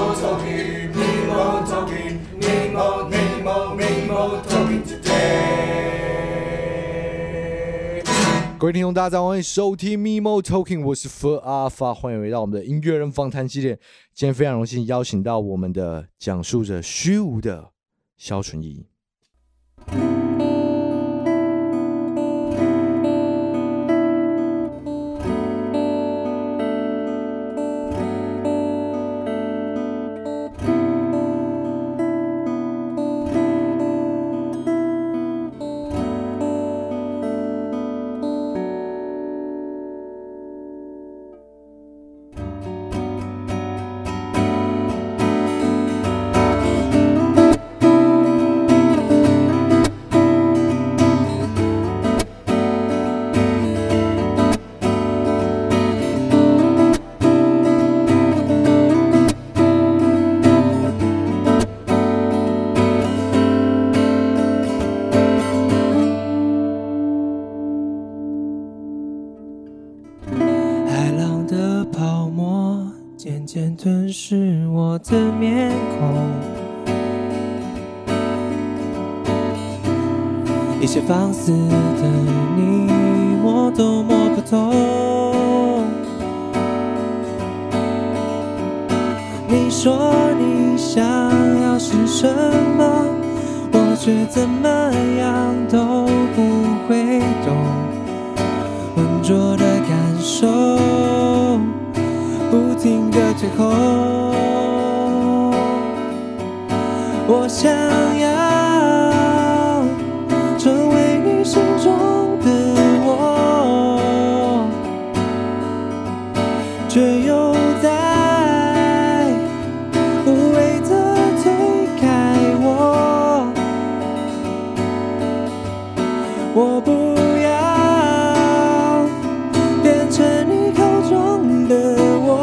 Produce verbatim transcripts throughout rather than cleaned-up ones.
Mimo Talking, Mimo Talking, Mimo, Mimo, Mimo Talking today。 各位听众，大家好，欢迎收听 Mimo Talking， 我是 F Alpha， 欢迎回到我们的音乐人访谈系列。今天非常荣幸邀请到我们的讲述着虚无的萧纯一。 渐渐吞噬我的面孔，一切放肆的你我都摸不透。你说你想要是什么，我却怎么样都不会懂。浑浊的感受不停地退后，我想要成为你心中的我，却又在无谓地推开我。我不要变成你口中的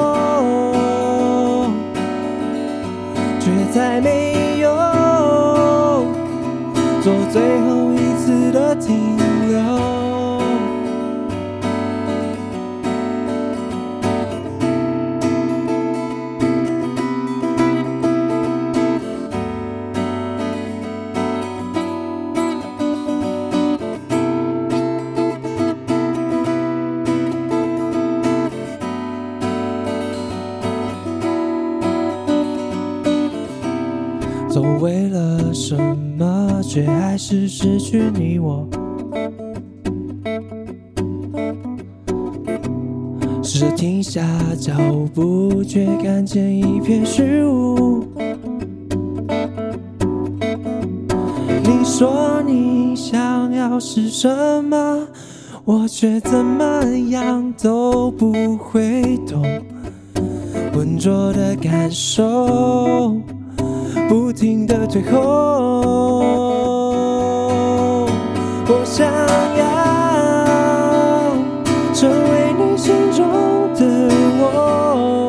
再没有做最后一次的停留。都为了什么，却还是失去你我？试着停下脚步，却看见一片虚无。你说你想要是什么，我却怎么样都不会懂。浑浊的感受不停地退后，我想要成为你心中的我，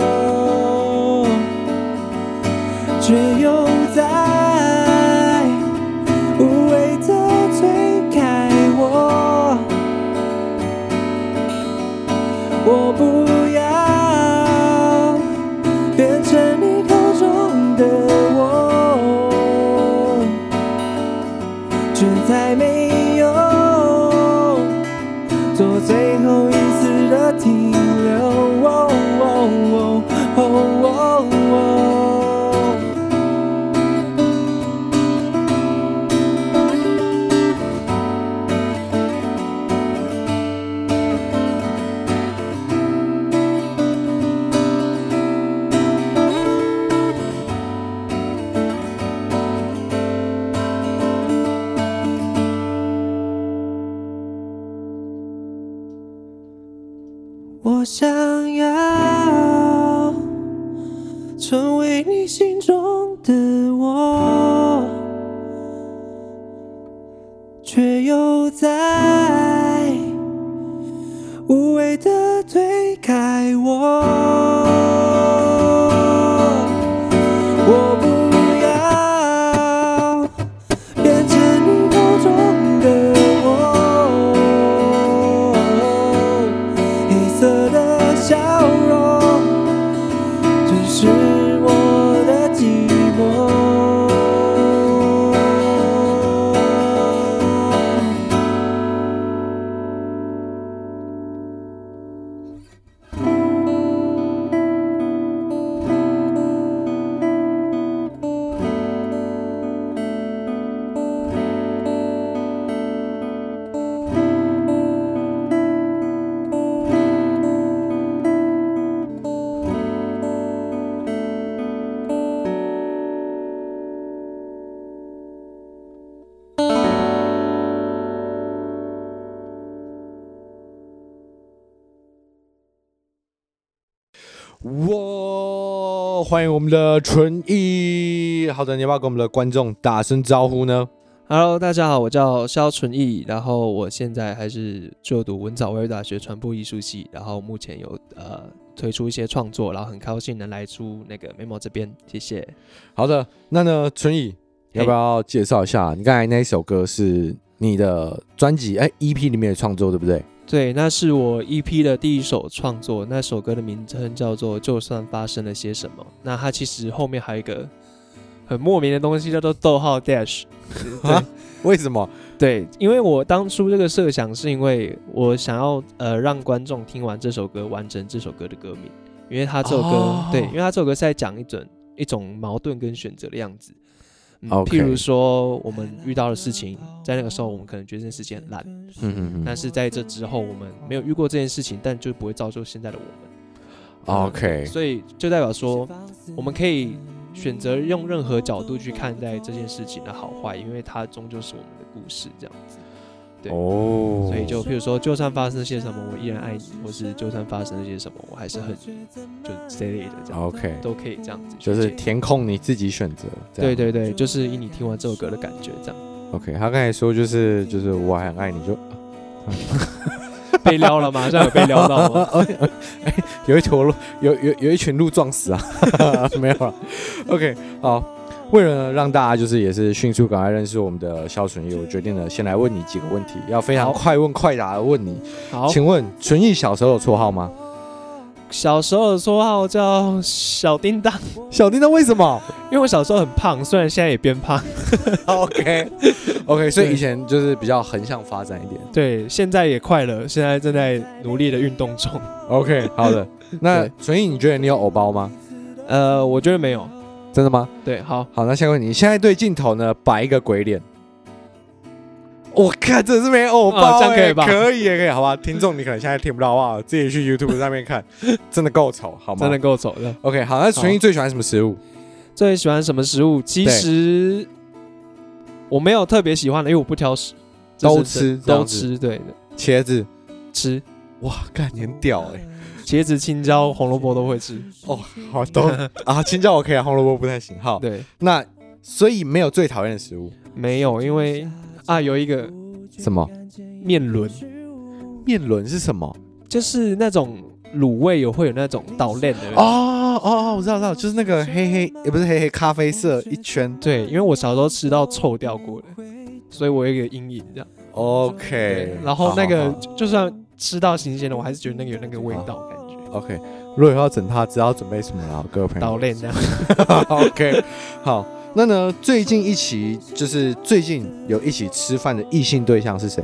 却又在无谓地推开我。我不要变成你口中的我，却再没有做最后一次的停留。哦哦哦哦哦我想要成为你心中的我，却又在无谓地推开我。我不要变成你口中的我，黑色的笑容吞噬我的欢迎我们的纯艺。好的，你要不要跟我们的观众打声招呼呢？ Hello， 大家好，我叫肖纯义，然后我现在还是就读文藻威尔大学传播艺术系，然后目前有呃推出一些创作，然后很高兴能来出那个 Memo 这边，谢谢。 好的，那呢，纯义要不要介绍一下？你刚才那一首歌是你的专辑哎 E P 里面的创作，对不对？ 对，那是我 E P 的第一首创作，那首歌的名称叫做《就算发生了些什么》。那它其实后面还有一个很莫名的东西，叫做逗号 dash。 啊？为什么？ 对，因为我当初这个设想是因为我想要呃让观众听完这首歌完成这首歌的歌名，因为它这首歌、哦、对，因为它这首歌是在讲一种一种矛盾跟选择的样子。嗯 okay. 譬如说我们遇到的事情，在那个时候我们可能觉得这件事情很烂，嗯嗯嗯，但是在这之后我们没有遇过这件事情，但就不会造就现在的我们。 OK， 所以就代表说我们可以选择用任何角度去看待这件事情的好坏，因为它终究是我们的故事，这样子。对，哦，所以就譬如说，就算发生些什么，我依然爱你，或是就算发生了些什么，我还是很就这类的这样 ，OK， 都可以这样子， 就是填空你自己选择。 对对对，就是以你听完这首歌的感觉这样。 OK， 他刚才说就是就是我很爱你就， 被撩了吗？好像有被撩到吗？ 哎，有一坨有有有一群鹿撞死啊，没有了。OK， 好。为了让大家就是也是迅速赶快认识我们的肖纯义，我决定了先来问你几个问题，要非常快问快答的问你。好，请问纯义小时候有绰号吗？ 小时候的绰号叫小叮当。 小叮当为什么？ 因为我小时候很胖，虽然现在也变胖。 OK OK， 所以以前就是比较横向发展一点。 对，现在也快了，现在正在努力的运动中。 OK， 好的。那纯义，你觉得你有偶包吗？ 呃，我觉得没有。 真的吗？ 对，好好，那下个问题，你现在对镜头呢摆一个鬼脸，我看真是没偶包、欸哦， 这样可以吧？ 可以可以，好吧？听众你可能现在听不到，好不好？自己去 YouTube 上面看，真的够丑，好吗？ 真的够丑的。 OK， 好，那纯义最喜欢什么食物？ 最喜欢什么食物？其实我没有特别喜欢的，因为我不挑食， 都吃都吃，对的。 茄子吃， 哇，干你很屌哎、欸！ 茄子、青椒、红萝卜都会吃哦，好都啊，青椒我可以啊，红萝卜不太行。好， 对， 那所以没有最讨厌的食物？ 没有，因为啊有一个什么面轮， 面轮是什么？ 就是那种卤味有会有那种捣烂的哦哦，我知道知道，就是那个黑黑也不是黑黑咖啡色一圈。 对，因为我小时候吃到臭掉过的，所以我有一个阴影这样。 OK， 然后那个好好好就算吃到新鲜的，我还是觉得那个有那个味道感觉。 OK， 如果要整他，知道准备什么了，各位朋友。 捣练这样。 OK， 好，那呢，最近一起就是最近有一起吃饭的异性对象是谁？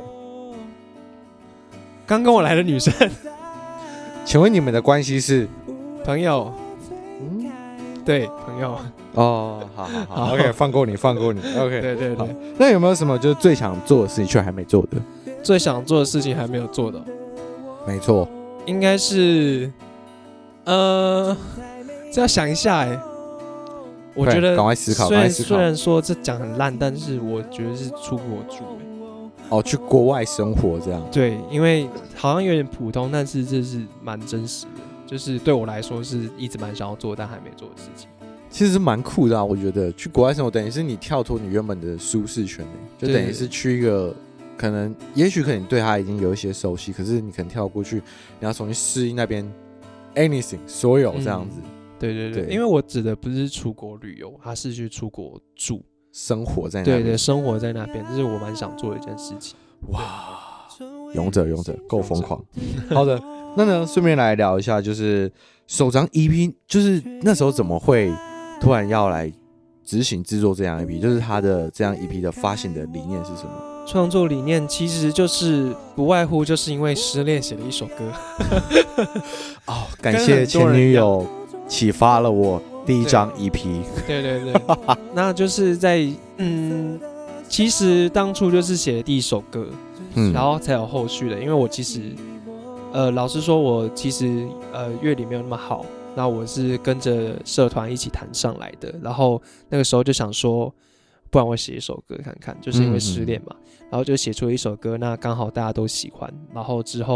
刚跟我来的女生。 请问你们的关系是朋友？嗯，对，朋友。 哦，好好好 ，OK， 放过你，放过你 ，OK， 对对对。 那有没有什么就是最想做的事情却还没做的？ 最想做的事情还没有做的？ 没错。 应该是，呃，这要想一下哎。我觉得赶快思考， 虽然思考虽然说这讲很烂，但是我觉得是出国住哎。 哦，去国外生活这样。 对，因为好像有点普通，但是这是蛮真实的，就是对我来说是一直蛮想要做但还没做的事情。 其实是蛮酷的啊，我觉得去国外生活等于是你跳脱你原本的舒适圈，就等于是去一个。可能，也许可能对他已经有一些熟悉，可是你可能跳过去，你要重新适应那边 anything 所有这样子。嗯、 对对 对, 对，因为我指的不是出国旅游，他是去出国住， 生活在那边。 对对，生活在那边，这是我蛮想做的一件事情。 哇，勇者勇者够疯狂。好的，那呢，顺便来聊一下，就是首张 E P， 就是那时候怎么会突然要来执行制作这样 E P， 就是他的这样 E P 的发行的理念是什么？ 创作理念其实就是不外乎就是因为失恋写了一首歌。 哦，感谢前女友启发了我第一张 E P。 对对 对, 對，那就是在嗯，其实当初就是写的第一首歌，嗯，然后才有后续的。因为我其实呃，老实说，我其实呃乐理没有那么好，那我是跟着社团一起弹上来的。然后那个时候就想说，不然我写一首歌看看，就是因为失恋嘛。嗯嗯，然后就写出了一首歌，那刚好大家都喜欢，然后之后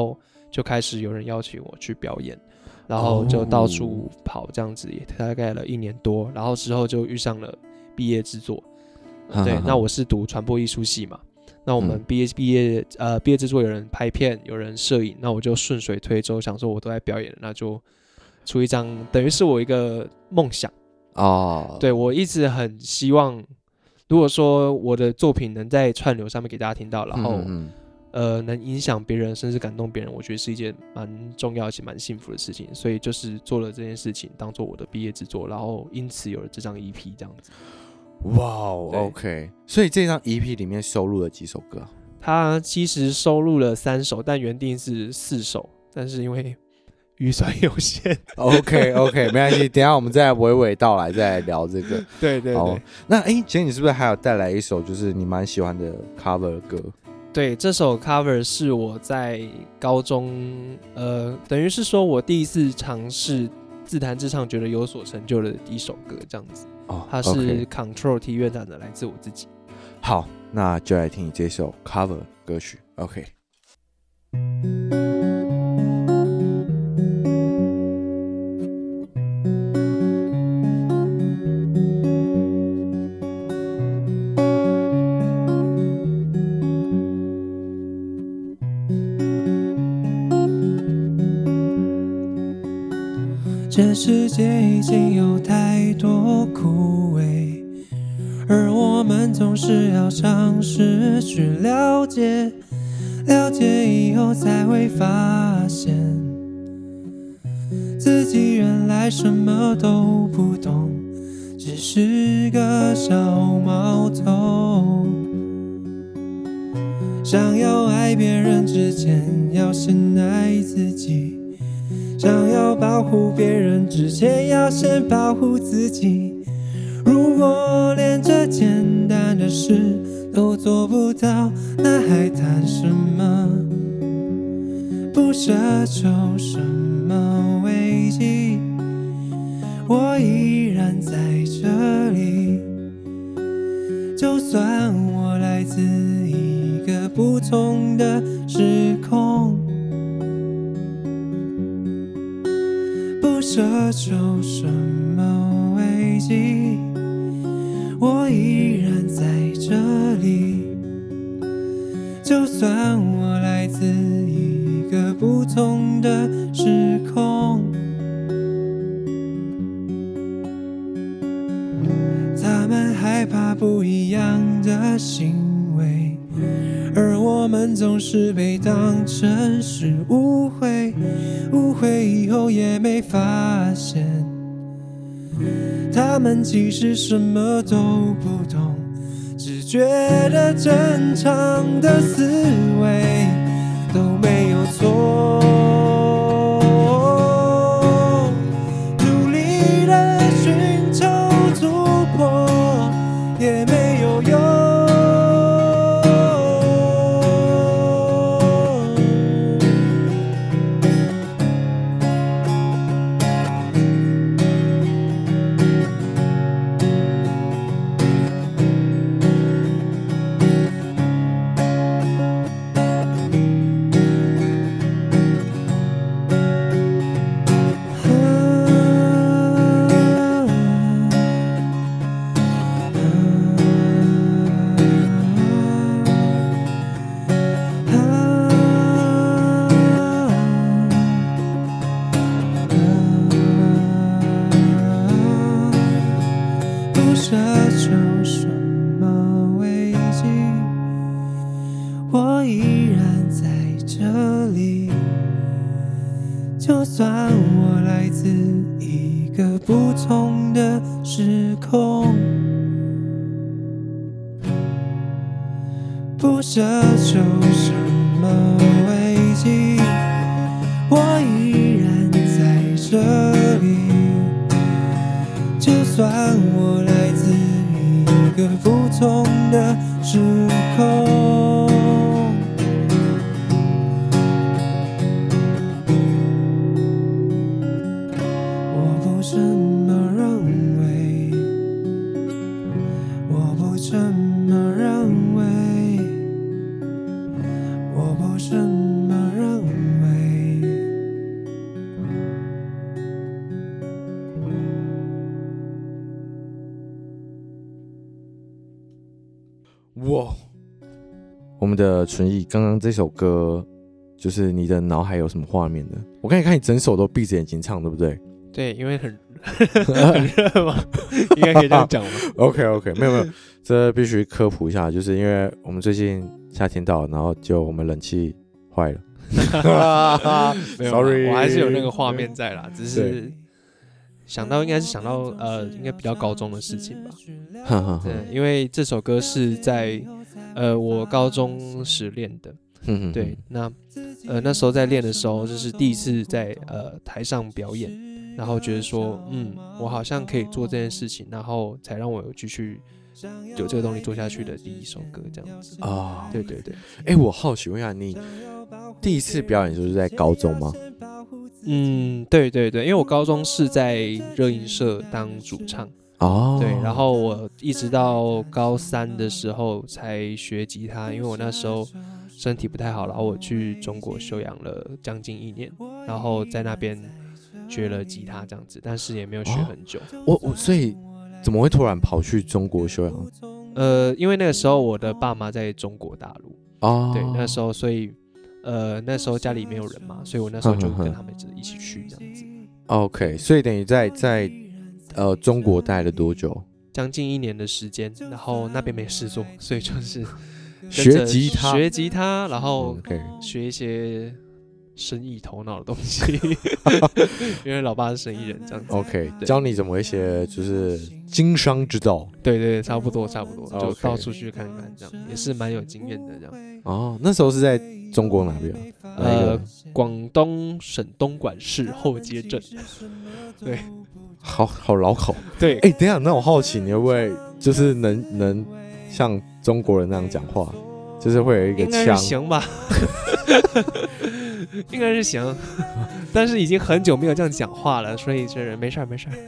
就开始有人邀请我去表演，然后就到处跑这样子，也大概了一年多，然后之后就遇上了毕业制作。对，那我是读传播艺术系嘛，那我们毕业毕业呃毕业制作有人拍片，有人摄影，那我就顺水推舟，想说我都在表演，那就出一张，等于是我一个梦想哦。对，我一直很希望，如果说我的作品能在串流上面给大家听到，然后嗯嗯呃能影响别人，甚至感动别人，我觉得是一件蛮重要而且蛮幸福的事情，所以就是做了这件事情当做我的毕业制作，然后因此有了这张 E P 这样子。 哇哦 ，OK， 所以这张 E P 里面收录了几首歌？ 它其实收录了三首，但原定是四首，但是因为预算有限 ，OK OK， 没关系，等一下我们再娓娓道来，再来聊这个。 对对对。 那哎，姐，你是不是还有带来一首就是你蛮喜欢的 cover 歌？ 对，这首 cover 是我在高中，呃，等于是说我第一次尝试自弹自唱，觉得有所成就的第一首歌，这样子。哦，它是 Control T 乐团的《来自我自己》。 好，那就来听你这首 cover 歌曲。OK。 这世界已经有太多苦味，而我们总是要尝试去了解，了解以后才会发现，自己原来什么都不懂，只是个小毛头。想要爱别人之前，要先爱自己。想要保护别人之前，要先保护自己。如果连这简单的事都做不到，那还谈什么不奢求什么危机？我依然在这里，就算我来自一个不同的时空，不奢求什么危机，我依然在这里，就算我来自一个不同的时空。他们害怕不一样的行为，而我们总是被当成是误会，误会以后也没发现，他们其实什么都不懂，只觉得正常的思维都没有错，努力的寻求突破也没有用。就算我来自一个不同的时空，不奢求什么危机，我依然在这里，就算我来自一个不同的时空。我不这么认为。 哇，我们的纯艺刚刚这首歌，就是你的脑海有什么画面呢？我刚才看你整首都闭着眼睛唱，对不对？ 对，因为很很热嘛，应该可以这样讲吗 ？OK OK， 没有没有，这必须科普一下，就是因为我们最近夏天到了，然后就我们冷气坏了。Sorry， 我还是有那个画面在啦，只是想到应该是想到呃，应该比较高中的事情吧。对，因为这首歌是在呃我高中时练的。对，那呃那时候在练的时候，就是第一次在呃台上表演，然后觉得说，嗯，我好像可以做这件事情，然后才让我有继续有这个动力做下去的第一首歌，这样子啊。哦、对对对， 哎、欸，我好奇问一下，你第一次表演就是在高中吗？ 嗯，对对对，因为我高中是在热音社当主唱。哦，对，然后我一直到高三的时候才学吉他，因为我那时候身体不太好，然后我去中国休养了将近一年，然后在那边学了吉他这样子，但是也没有学很久。 哦、我我所以怎么会突然跑去中国休养？ 呃，因为那个时候我的爸妈在中国大陆，哦，对，那时候所以呃那时候家里没有人嘛，所以我那时候就跟他们一起去这样子。 OK， 所以等于在在。呃，中国待了多久？ 将近一年的时间，然后那边没事做，所以就是学吉他， 学吉他，然后学一些生意头脑的东西，因为老爸是生意人，这样子。 OK， 教你怎么一些就是经商之道。 对对，差不多差不多，就到处去看看，这样也是蛮有经验的这样。 哦，那时候是在中国哪边？ 呃，广东省东莞市后街镇。对。 好好绕口， 对， 哎、欸，等一下，那我好奇，你会不会就是能能像中国人那样讲话，就是会有一个腔？ 应该是行吧，应该是行，但是已经很久没有这样讲话了，所以是没事没事。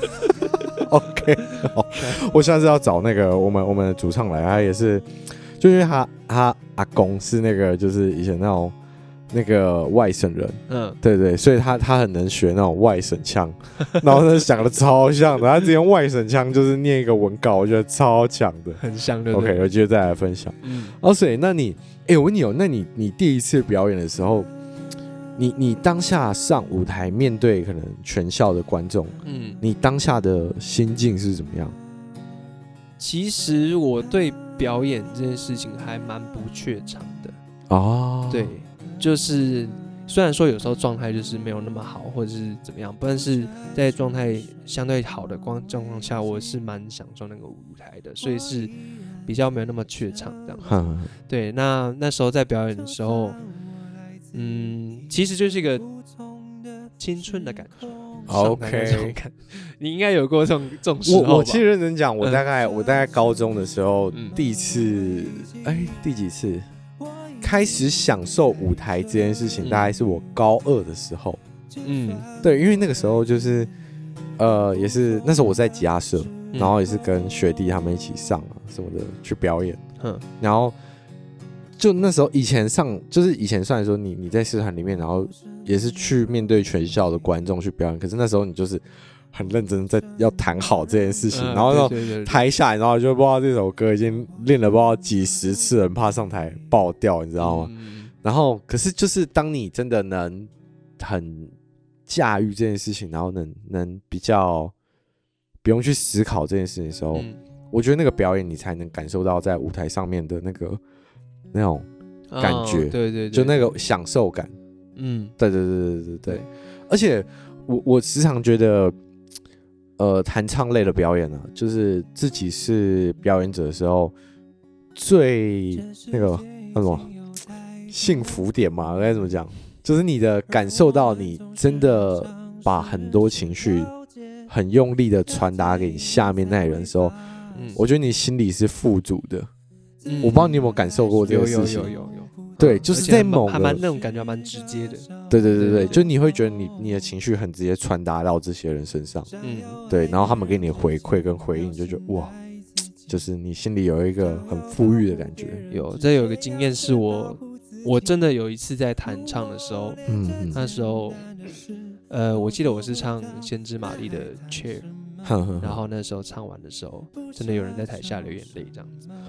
OK， 好，我下次要找那个我们我们的主唱来，他也是，就因为他他阿公是那个就是以前那种。那个外省人，嗯，对对，所以他他很能学那种外省腔，然后呢讲的超像的，他直接用外省腔就是念一个文稿，我觉得超强的， 很像的。 OK， 有机会再来分享。嗯，哦，所以那你，哎、欸，我问你哦，那你你第一次表演的时候，你你当下上舞台面对可能全校的观众，嗯，你当下的心境是怎么样？ 其实我对表演这件事情还蛮不怯场的哦，对。就是虽然说有时候状态就是没有那么好，或者是怎么样，但是在状态相对好的状况下，我是蛮享受那个舞台的，所以是比较没有那么怯场这样子。对，那那时候在表演的时候，嗯，其实就是一个青春的感觉。 OK， 你应该有过这种这种时候吧？ 我我其实认真讲，我大概、嗯、我大概高中的时候，嗯、第一次，哎，第几次？开始享受舞台这件事情，大概是我高二的时候。嗯，对，因为那个时候就是，呃，也是那时候我在吉他社，嗯、然后也是跟学弟他们一起上啊什么的去表演。嗯，然后就那时候以前上，就是以前虽然说你你在社团里面，然后也是去面对全校的观众去表演，可是那时候你就是很认真在要弹好这件事情，嗯、然后台下来，然后就不知道这首歌已经练了不知道几十次，很怕上台爆掉，你知道吗？嗯、然后可是就是当你真的能很驾驭这件事情，然后能能比较不用去思考这件事情的时候，嗯、我觉得那个表演你才能感受到在舞台上面的那个那种感觉，哦、对, 对对，就那个享受感。嗯，对对对对对对，而且我我时常觉得。呃，弹唱类的表演啊，就是自己是表演者的时候，最那个那什么幸福点嘛，该怎么讲？就是你的感受到你真的把很多情绪很用力的传达给你下面那人的时候，嗯、我觉得你心里是富足的。嗯、我不知道你有没有感受过这个事情？ 有有有有有。 对，就是在某个还蛮那种感觉，蛮直接的。 对对对 对, 对, 对，就你会觉得你你的情绪很直接传达到这些人身上，嗯，对，然后他们给你的回馈跟回应，你就觉得哇，就是你心里有一个很富裕的感觉。 有，这有一个经验是我，我真的有一次在弹唱的时候，嗯，嗯那时候，呃，我记得我是唱《先知玛丽》的 Chair， 然后那时候唱完的时候，真的有人在台下流眼泪这样子。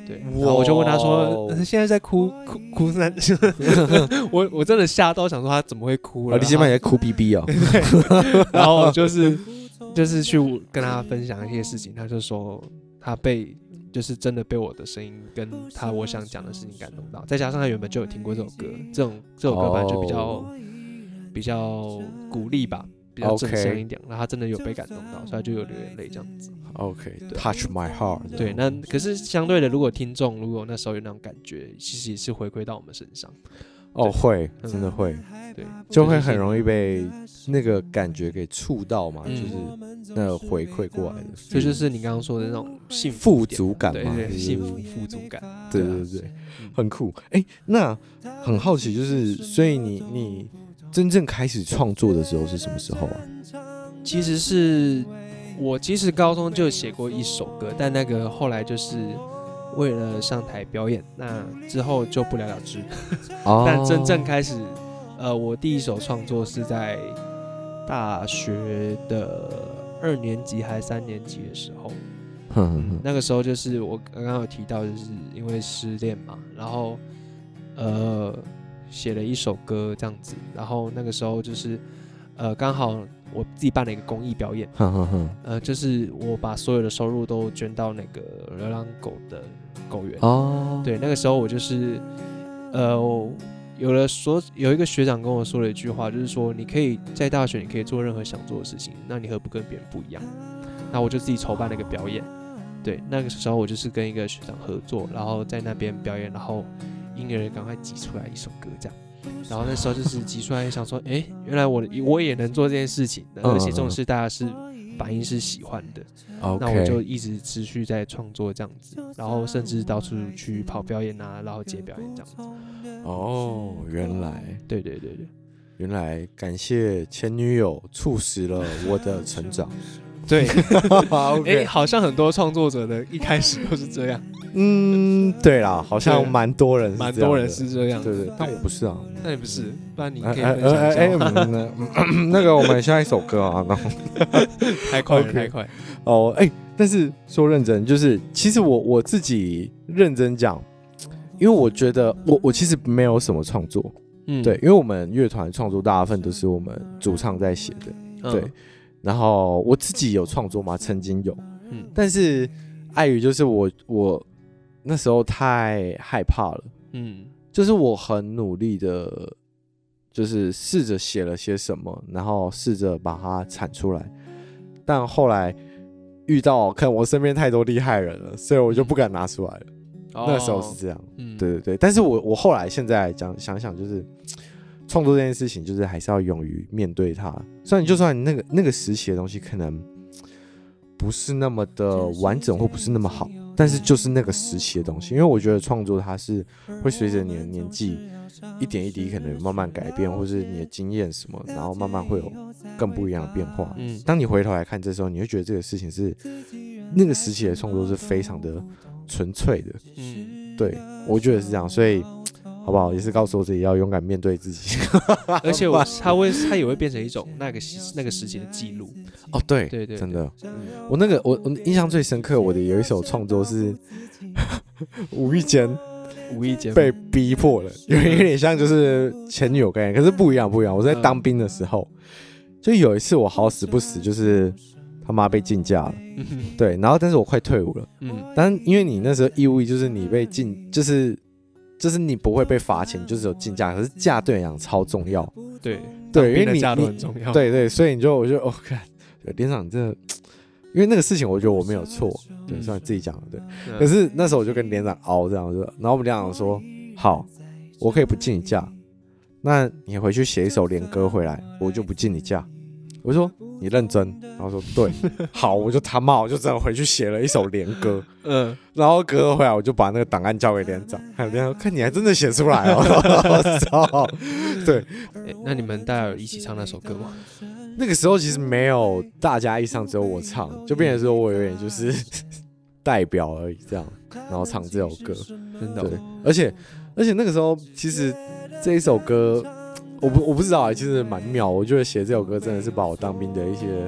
对，然后我就问他说：“现在在哭哭哭那？”我我真的吓到，想说他怎么会哭了？ 哦，你现在也在哭逼逼哦。 对，然后我就是就是去跟他分享一些事情，他就说他被就是真的被我的声音跟他我想讲的事情感动到，再加上他原本就有听过这首歌，这种这首歌本来就比较、oh. 比较鼓励吧。比较正向一点， okay. 然后他真的有被感动到，所以他就有流眼泪这样子。 OK，touch、okay. my heart。 对，那可是相对的，如果听众如果那时候有那种感觉，其实也是回馈到我们身上。 哦，会，真的会，对，就会很容易被那个感觉给触到嘛，嗯、就是那个回馈过来的， 这就是你刚刚说的那种幸福富足感嘛， 对对，幸福富足感， 对对 对, 对、啊，很酷。哎、欸，那很好奇，就是所以你你。真正开始创作的时候是什么时候啊？ 其实是我其实高中就写过一首歌，但那个后来就是为了上台表演，那之后就不了了之。哦、但真正开始，呃，我第一首创作是在大学的二年级还是三年级的时候。嗯、那个时候就是我刚刚有提到，就是因为失恋嘛，然后呃。写了一首歌这样子，然后那个时候就是，呃，刚好我自己办了一个公益表演，呵呵呵呃，就是我把所有的收入都捐到那个流浪狗的狗园。哦，对，那个时候我就是，呃，有了说有一个学长跟我说了一句话，就是说你可以在大学你可以做任何想做的事情，那你何不跟别人不一样？那我就自己筹办了一个表演，对，那个时候我就是跟一个学长合作，然后在那边表演，然后。因而赶快挤出来一首歌这样，然后那时候就是挤出来想说，哎、欸，原来我我也能做这件事情，而且这种事大家是反应是喜欢的，嗯、那我就一直持续在创作这样子，然后甚至到处去跑表演啊，然后接表演这样子。 哦，原来， 对对对对， 原来感谢前女友促使了我的成长。 对，哎、欸，好像很多创作者的一开始都是这样。 嗯，对啦，好像蛮多人， 蛮多人是这样。 对 对, 对，但我不是啊。 那你不是，不然你可以分享一下。哎、 哎，那个我们下一首歌啊，然后太快了，太快。 哦，哎、欸，但是说认真，就是其实我我自己认真讲，因为我觉得我我其实没有什么创作，嗯，对，因为我们乐团创作大部分都是我们主唱在写的，嗯、对。然后我自己有创作吗？曾经有，嗯，但是碍于就是我我那时候太害怕了，嗯，就是我很努力的，就是试着写了些什么，然后试着把它产出来，但后来遇到看我身边太多厉害人了，所以我就不敢拿出来了。哦、那时候是这样，嗯，对对对。但是我我后来现在讲想想就是。创作这件事情，就是还是要勇于面对它。虽然就算那个那个时期的东西可能不是那么的完整，或不是那么好，但是就是那个时期的东西。因为我觉得创作它是会随着你的年纪一点一滴可能慢慢改变，或是你的经验什么，然后慢慢会有更不一样的变化。嗯，当你回头来看这时候，你会觉得这个事情是那个时期的创作是非常的纯粹的。嗯，对，我觉得是这样，所以。好不好？也是告诉我自己要勇敢面对自己， 而且我它会，它也会变成一种那个那个时期的记录。 哦，对对 对, 对， 真的。我那个我我印象最深刻，我的有一首创作是无意间无意间被逼迫了，有有点像就是前女友概念，可是不一样不一样。我在当兵的时候，就有一次我好死不死就是他妈被禁驾了，嗯、对，然后但是我快退伍了，嗯，但因为你那时候义务役就是你被禁，就是。就是你不会被罚钱，就是有禁驾，可是驾对你来讲超重要。 对对，因为你驾都很重要。 对对，所以你就我就哦，看连长这，因为那个事情我觉得我没有错，对，虽然自己讲的对、嗯，可是那时候我就跟连长熬这样子，然后我们连长说好，我可以不禁你驾，那你回去写一首连歌回来，我就不禁你驾。我就说你认真，然后说对，好，我就他妈我就这样回去写了一首连歌，嗯，然后歌回来我就把那个档案交给连长，还有连长看你还真的写出来哦，我操，对、 欸，那你们大家有一起唱那首歌吗？ 那个时候其实没有大家一唱，只有我唱，就变成说我有点就是代表而已这样，然后唱这首歌， 真的、哦， 对，而且而且那个时候其实这一首歌。我不我不知道啊，其实蛮妙。我觉得写这首歌真的是把我当兵的一些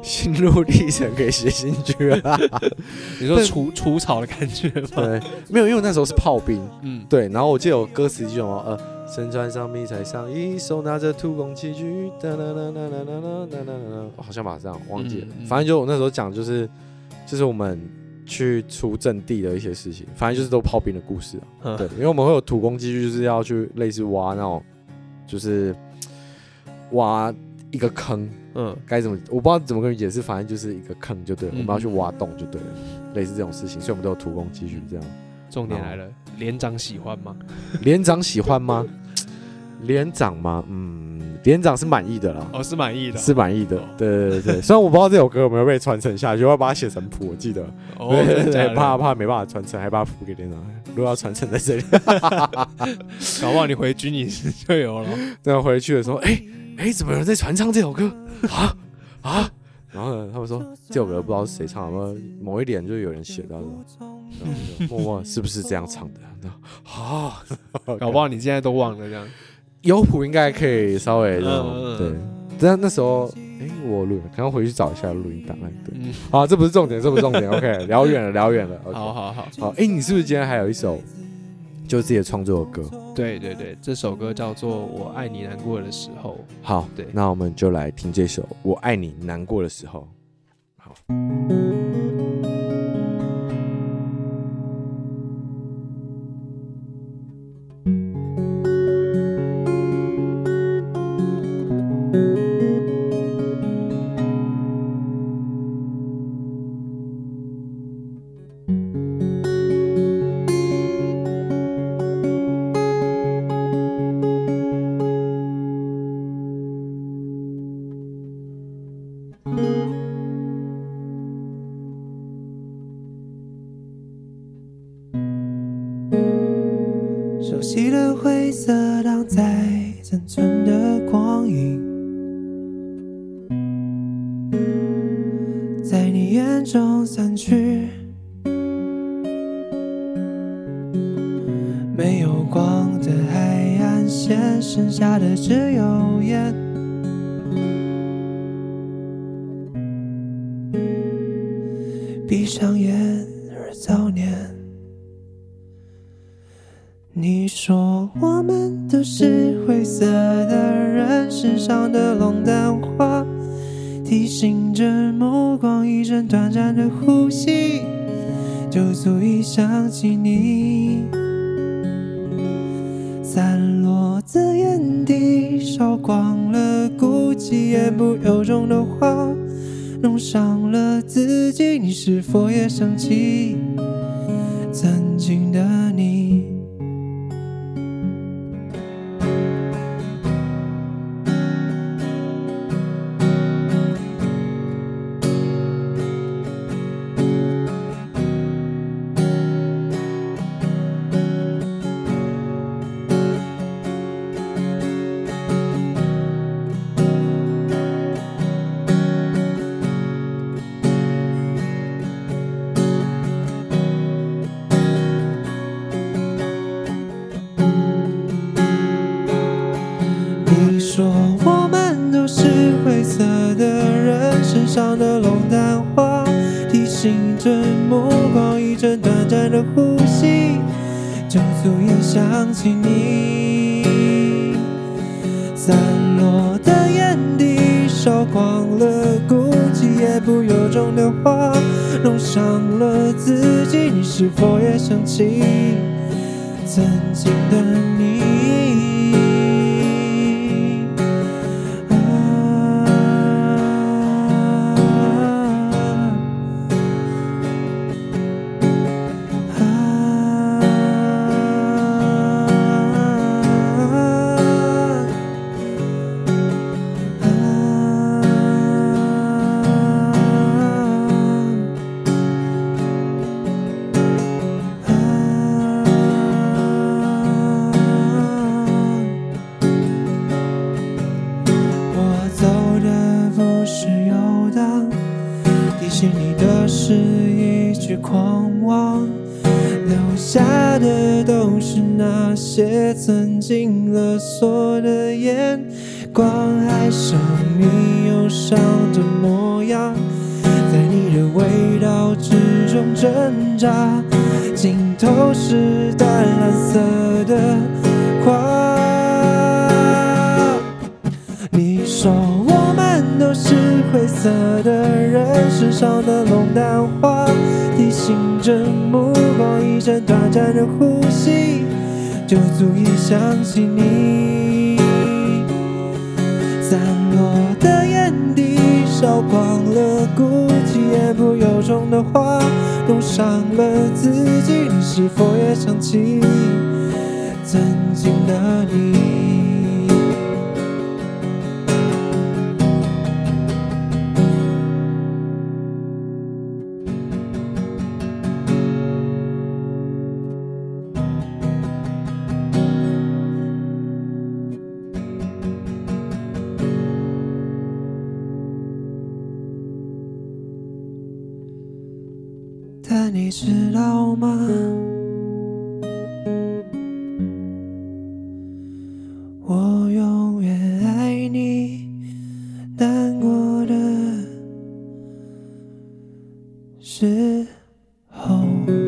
心路历程可以写进去啊。 你说除除草的感觉吗？ 对，没有，因为我那时候是炮兵， 嗯， 对，然后我记得有歌词就什么呃，身穿上迷彩上衣，手拿着土工器具，哒啦啦啦啦啦啦啦啦，好像吧，这样忘记了， 嗯嗯、 反正就我那时候讲就是就是我们去出阵地的一些事情，反正就是都炮兵的故事啊。 嗯、 对，因为我们会有土工器具，就是要去类似挖那种，就是挖一个坑。嗯，该怎么我不知道怎么跟你解释，反正就是一个坑就对了，嗯、我们要去挖洞就对了，类似这种事情，所以我们都有土工机具这样。 重点来了，连长喜欢吗？ 连长喜欢吗？连长吗？嗯，连长是满意的啦。 哦，是满意的、哦， 是满意的。哦、对对对，虽然我不知道这首歌有没有被传承下去，我要把它写成谱，我记得。哦，对对对，怕怕没办法传承，还把它谱给连长。如果要传承在这里， 搞不好你回军营时就有了。 这样回去的时候，哎、欸。哎、欸，怎么有人在传唱这首歌啊啊？然后呢，他们说这首歌不知道是谁唱的，某一点就有人写到的，默默是不是这样唱的？啊， 搞不好你现在都忘了这样。 有谱应该可以稍微那种、嗯、对，但那时候哎、欸，我录，刚刚回去找一下录音档案。对，嗯、好，这不是重点，这不是重点。OK， 聊远了，聊远了。Okay、 好好好好，哎、欸，你是不是今天还有一首就是自己的创作的歌？ 对对对，这首歌叫做《我爱你难过的时候》。 好，对，那我们就来听这首《我爱你难过的时候》。好。 熟悉的灰色荡在曾存的光影，在你眼中散去，没有光的海岸线，剩下的只有烟。闭上眼而早年，你说我们都是灰色的人，身上的龙淡花提醒着目光，一阵短暂的呼吸就足以想起你。散落的眼底烧光了孤寂，言不由衷的话弄伤了自己，你是否也想起曾经的你？你说我们都是灰色的人，身上的龙淡花提醒着目光，一阵短暂的呼吸就足以想起你。散落的眼底烧光了孤寂，言不由衷的话弄伤了自己，你是否也想起曾经的你？心里的是一句狂妄，留下的都是那些曾经勒索的眼光爱上你忧伤的模样，在你的味道之中挣扎，尽头是淡蓝色的花。你说我们都是灰色的人，身上的龙淡花提醒着目光一阵短暂的呼吸，就足以想起你。散落的眼底烧光了孤寂，言不由衷的话弄伤了自己，你是否也想起曾经的你？但你知道吗？我永远爱你，难过的时候。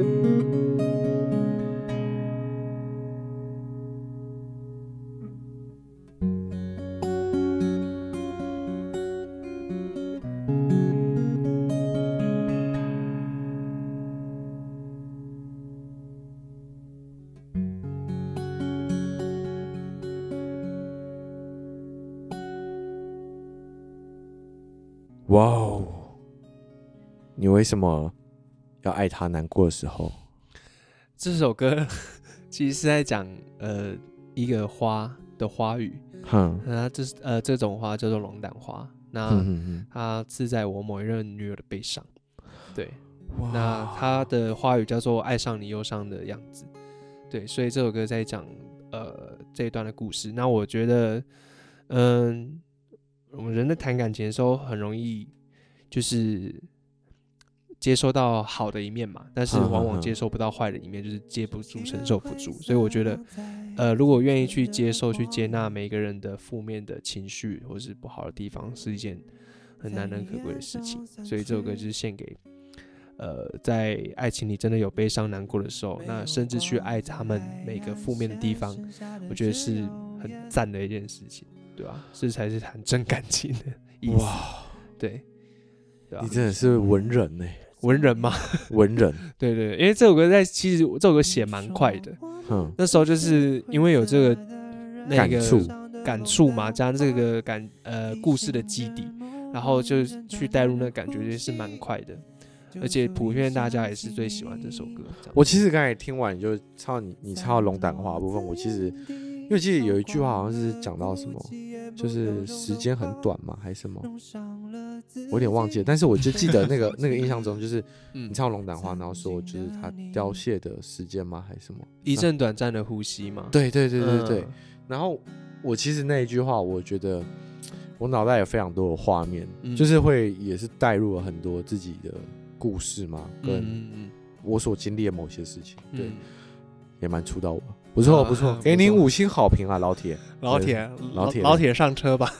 哇哦！你为什么要爱他难过的时候？ 这首歌其实是在讲呃一个花的花语， 哼， 那这呃这种花叫做龙胆花，那哼哼哼它刺在我某一任女友的背上，对， 哇那它的花语叫做爱上你忧伤的样子，对，所以这首歌在讲呃这一段的故事。那我觉得，嗯。我们人在谈感情的时候，很容易就是接收到好的一面嘛，但是往往接收不到坏的一面，就是接不住、承受不住。所以我觉得，呃，如果愿意去接受、去接纳每个人的负面的情绪或是不好的地方，是一件很难能可贵的事情。所以这首歌就是献给呃，在爱情里真的有悲伤、难过的时候，那甚至去爱他们每个负面的地方，我觉得是很赞的一件事情。对吧、啊？这才是谈真感情的意思。哇，对，对吧、啊？ 你真的是文人呢、欸， 文人吗？ 文人， 对对，因为这首歌在其实这首歌写蛮快的，嗯，那时候就是因为有这个那个感触感触嘛，加这个感呃故事的基底，然后就去带入那个感觉，也是蛮快的。而且普遍大家也是最喜欢这首歌。 我其实刚才听完，你就唱你你唱到龙胆花的部分，我其实因为记得有一句话好像是讲到什么，就是时间很短嘛，还是什么，我有点忘记了。但是我就记得那个那个印象中，就是你唱龙胆花，然后说就是它凋谢的时间吗，还是什么？ 一阵短暂的呼吸嘛。 对对对对对。嗯、然后我其实那一句话，我觉得我脑袋有非常多的画面，嗯、就是会也是带入了很多自己的故事嘛，跟我所经历的某些事情，对，嗯、也蛮触到我。不错不错，给您五星好评啊，老铁， 老铁， 老铁， 老铁上车吧。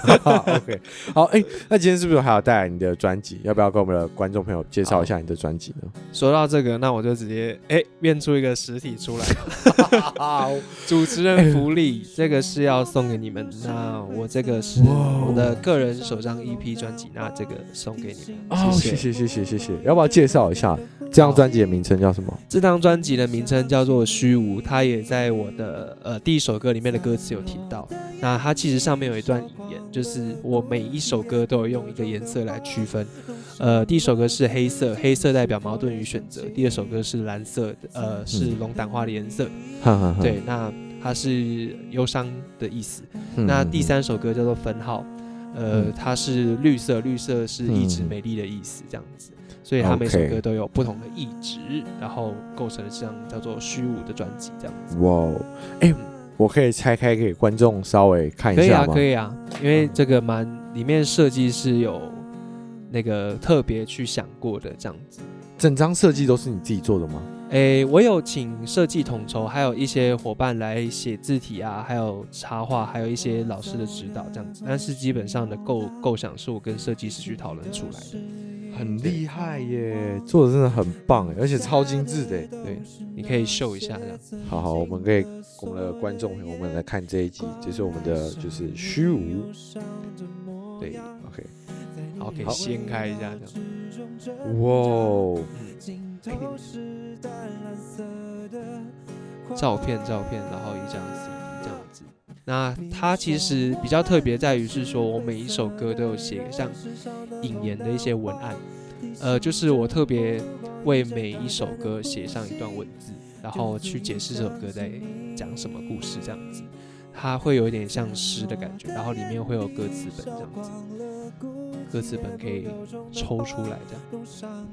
OK， 好，哎、欸，那今天是不是还要带来你的专辑？要不要跟我们的观众朋友介绍一下你的专辑呢？ 说到这个，那我就直接哎变、欸、出一个实体出来。主持人福利，这个是要送给你们。那我这个是我的个人首张 E P 专辑，那这个送给你们。 哦，谢谢谢谢谢谢。要不要介绍一下这张专辑的名称叫什么？ 这张专辑的名称叫做《虚无》，它也在我的呃第一首歌里面的歌词有提到。那它其实上面有一段引言，就是我每一首歌都有用一个颜色来区分。呃，第一首歌是黑色，黑色代表矛盾与选择；第二首歌是蓝色的，呃，是龙胆花的颜色。嗯、对，那它是忧伤的意思。嗯、那第三首歌叫做分号，呃，嗯、它是绿色，绿色是意志美丽的意思，这样子。所以它每首歌都有不同的意志， okay. 然后构成了这样叫做虚无的专辑，这样子。哇， 哎、欸，我可以拆开给观众稍微看一下吗？ 可以啊，可以啊，因为这个蛮里面设计是有那个特别去想过的，这样子。 整张设计都是你自己做的吗？ 哎、 诶，我有请设计统筹，还有一些伙伴来写字体啊，还有插画，还有一些老师的指导这样子。但是基本上的构构想是我跟设计师去讨论出来的。 很厉害耶，做的真的很棒耶，而且超精致的耶。 对，你可以秀一下这样。 好好，我们可以我们的观众朋友们来看这一集，这是我们的就是虚无。 对 ，OK， 好，可以掀开一下这样。 哇哦， 照片照片，然后一张 C D 这样子。那它其实比较特别在于是说，我每一首歌都有写像引言的一些文案，呃，就是我特别为每一首歌写上一段文字，然后去解释这首歌在讲什么故事这样子。它会有一点像诗的感觉，然后里面会有歌词本这样子，歌词本可以抽出来这样。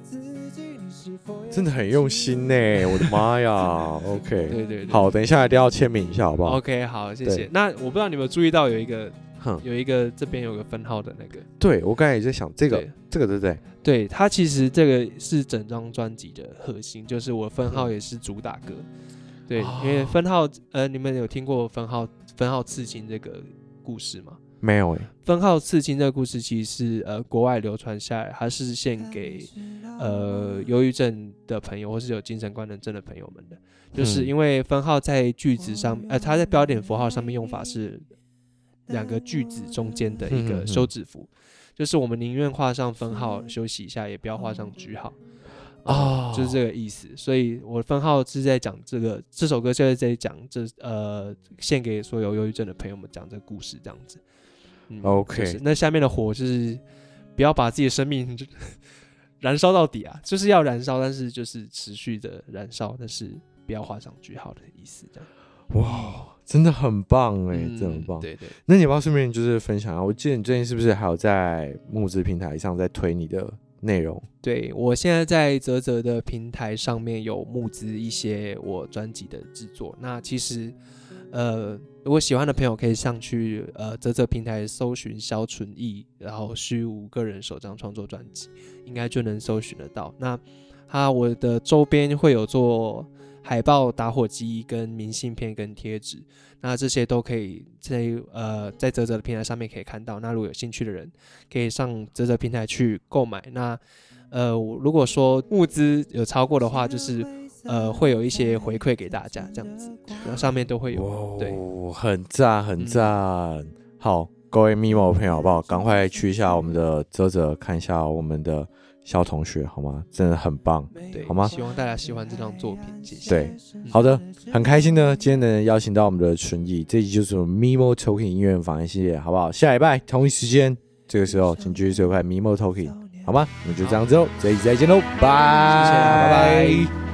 真的很用心呢，我的妈呀！OK， 对对对， 好，等一下一定要签名一下，好不好 ？OK， 好，谢谢。那我不知道你有没有注意到有一个， 哼， 有一个这边有个分号的那个， 对我刚才也在想这个，这个对不对？ 对，它其实这个是整张专辑的核心，就是我分号也是主打歌。对， 哦、 因为分号，呃，你们有听过分号分号刺青这个故事吗？ 没有诶。 分号刺青这个故事其实是呃国外流传下来，它是献给呃忧郁症的朋友或是有精神官能症的朋友们的，就是因为分号在句子上，呃，它在标点符号上面用法是两个句子中间的一个休止符，就是我们宁愿画上分号休息一下，也不要画上句号。哦、就是这个意思，所以我分号是在讲这个这首歌就是在讲这呃献给所有忧郁症的朋友们讲这个故事这样子。嗯、 OK，、 就是、那下面的火就是不要把自己的生命燃烧到底啊，就是要燃烧，但是就是持续的燃烧，但是不要画上句号的意思这样。 哇，真的很棒哎、 嗯， 真的很棒。 对对。 那你要不要顺便就是分享啊？我记得你最近是不是还有在募资平台上在推你的内容？ 对，我现在在嘖嘖的平台上面有募资一些我专辑的制作。那其实，呃，如果喜欢的朋友可以上去呃嘖嘖平台搜寻萧纯义，然后虚无个人首张创作专辑，应该就能搜寻得到。那它我的周边会有做海报、打火机、跟明信片、跟贴纸，那这些都可以在呃在嘖嘖的平台上面可以看到。那如果有兴趣的人，可以上嘖嘖平台去购买。那呃，如果说募资有超过的话，就是呃会有一些回馈给大家，这样子，然后上面都会有。 哦， 对， 很赞，很赞。嗯、好，各位 Mimo 的朋友，好不好？赶快去一下我们的嘖嘖，看一下我们的萧同学，好吗？真的很棒， 对， 好吗？ 希望大家喜欢这张作品，谢谢。 对，好的，很开心呢，今天能邀请到我们的纯艺，这一集就是我们 Mimo Talking 音乐访谈系列，好不好？下礼拜同一时间，这个时候请继续收看 Mimo Talking， 好吗？那就这样子喽，这一集再见喽，拜， 谢谢，拜拜。